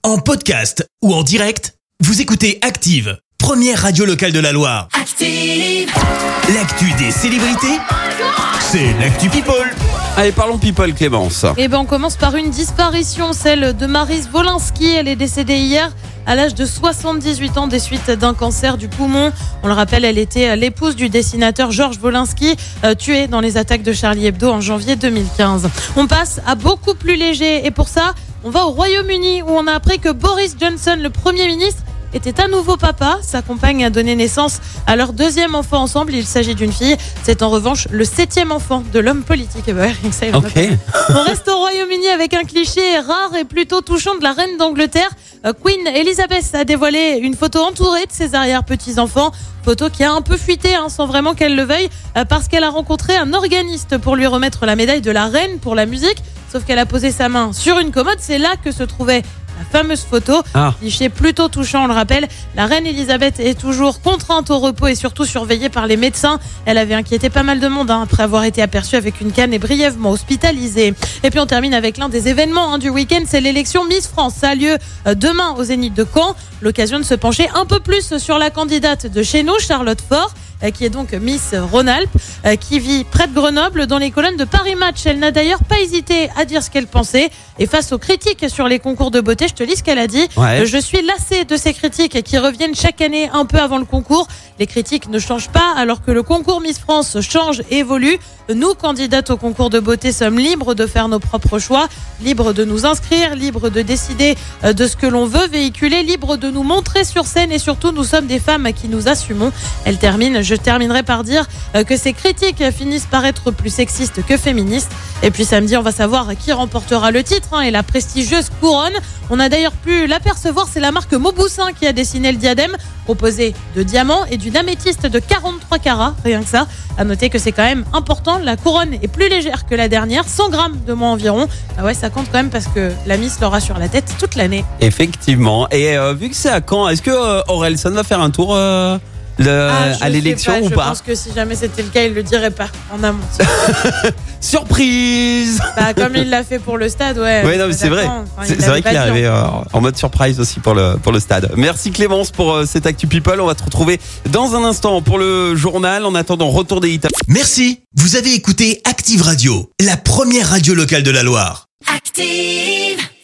En podcast ou en direct, vous écoutez Active, première radio locale de la Loire. Active! L'actu des célébrités, c'est l'actu People. Allez, parlons people, Clémence. On commence par une disparition, celle de Maryse Wolinski. Elle est décédée hier à l'âge de 78 ans des suites d'un cancer du poumon. On le rappelle, elle était l'épouse du dessinateur Georges Wolinski, tué dans les attaques de Charlie Hebdo en janvier 2015. On passe à beaucoup plus léger et pour ça, on va au Royaume-Uni où on a appris que Boris Johnson, le Premier ministre, était un nouveau papa. Sa compagne a donné naissance à leur deuxième enfant ensemble. Il s'agit d'une fille. C'est en revanche le 7e enfant de l'homme politique. Ok. On reste au Royaume-Uni avec un cliché rare et plutôt touchant de la reine d'Angleterre. Queen Elizabeth a dévoilé une photo entourée de ses arrière-petits-enfants. Photo qui a un peu fuité sans vraiment qu'elle le veuille parce qu'elle a rencontré un organiste pour lui remettre la médaille de la reine pour la musique. Sauf qu'elle a posé sa main sur une commode. C'est là que se trouvait la fameuse photo. Cliché plutôt touchant, on le rappelle. La reine Elisabeth est toujours contrainte au repos et surtout surveillée par les médecins. Elle avait inquiété pas mal de monde après avoir été aperçue avec une canne et brièvement hospitalisée. Et puis on termine avec l'un des événements du week-end, c'est l'élection Miss France. Ça a lieu demain au Zénith de Caen. L'occasion de se pencher un peu plus sur la candidate de chez nous, Charlotte Fort, qui est donc Miss Rhône-Alpes, qui vit près de Grenoble dans les colonnes de Paris Match. Elle n'a d'ailleurs pas hésité à dire ce qu'elle pensait. Et face aux critiques sur les concours de beauté, je te lis ce qu'elle a dit. Je suis lassée de ces critiques qui reviennent chaque année un peu avant le concours. Les critiques ne changent pas alors que le concours Miss France change et évolue. Nous, candidates au concours de beauté, sommes libres de faire nos propres choix, libres de nous inscrire, libres de décider de ce que l'on veut véhiculer, libres de nous montrer sur scène et surtout, nous sommes des femmes qui nous assumons. Je terminerai par dire que ces critiques finissent par être plus sexistes que féministes. Et puis samedi, on va savoir qui remportera le titre et la prestigieuse couronne. On a d'ailleurs pu l'apercevoir, c'est la marque Mauboussin qui a dessiné le diadème, composé de diamants et d'une améthyste de 43 carats, rien que ça. À noter que c'est quand même important, la couronne est plus légère que la dernière, 100 grammes de moins environ. Ah ouais, ça compte quand même parce que la Miss l'aura sur la tête toute l'année. Effectivement. Et vu que c'est à Caen, est-ce que Orelsan va faire un tour à l'élection ou pas? Je pense que si jamais c'était le cas, il le dirait pas en amont. Surprise. Comme il l'a fait pour le stade, ouais. Oui, non, mais c'est vrai. C'est vrai qu'il est arrivé en mode surprise aussi pour le stade. Merci Clémence pour cette Actu People. On va te retrouver dans un instant pour le journal. En attendant, retour des hits. Merci. Vous avez écouté Active Radio, la première radio locale de la Loire. Active!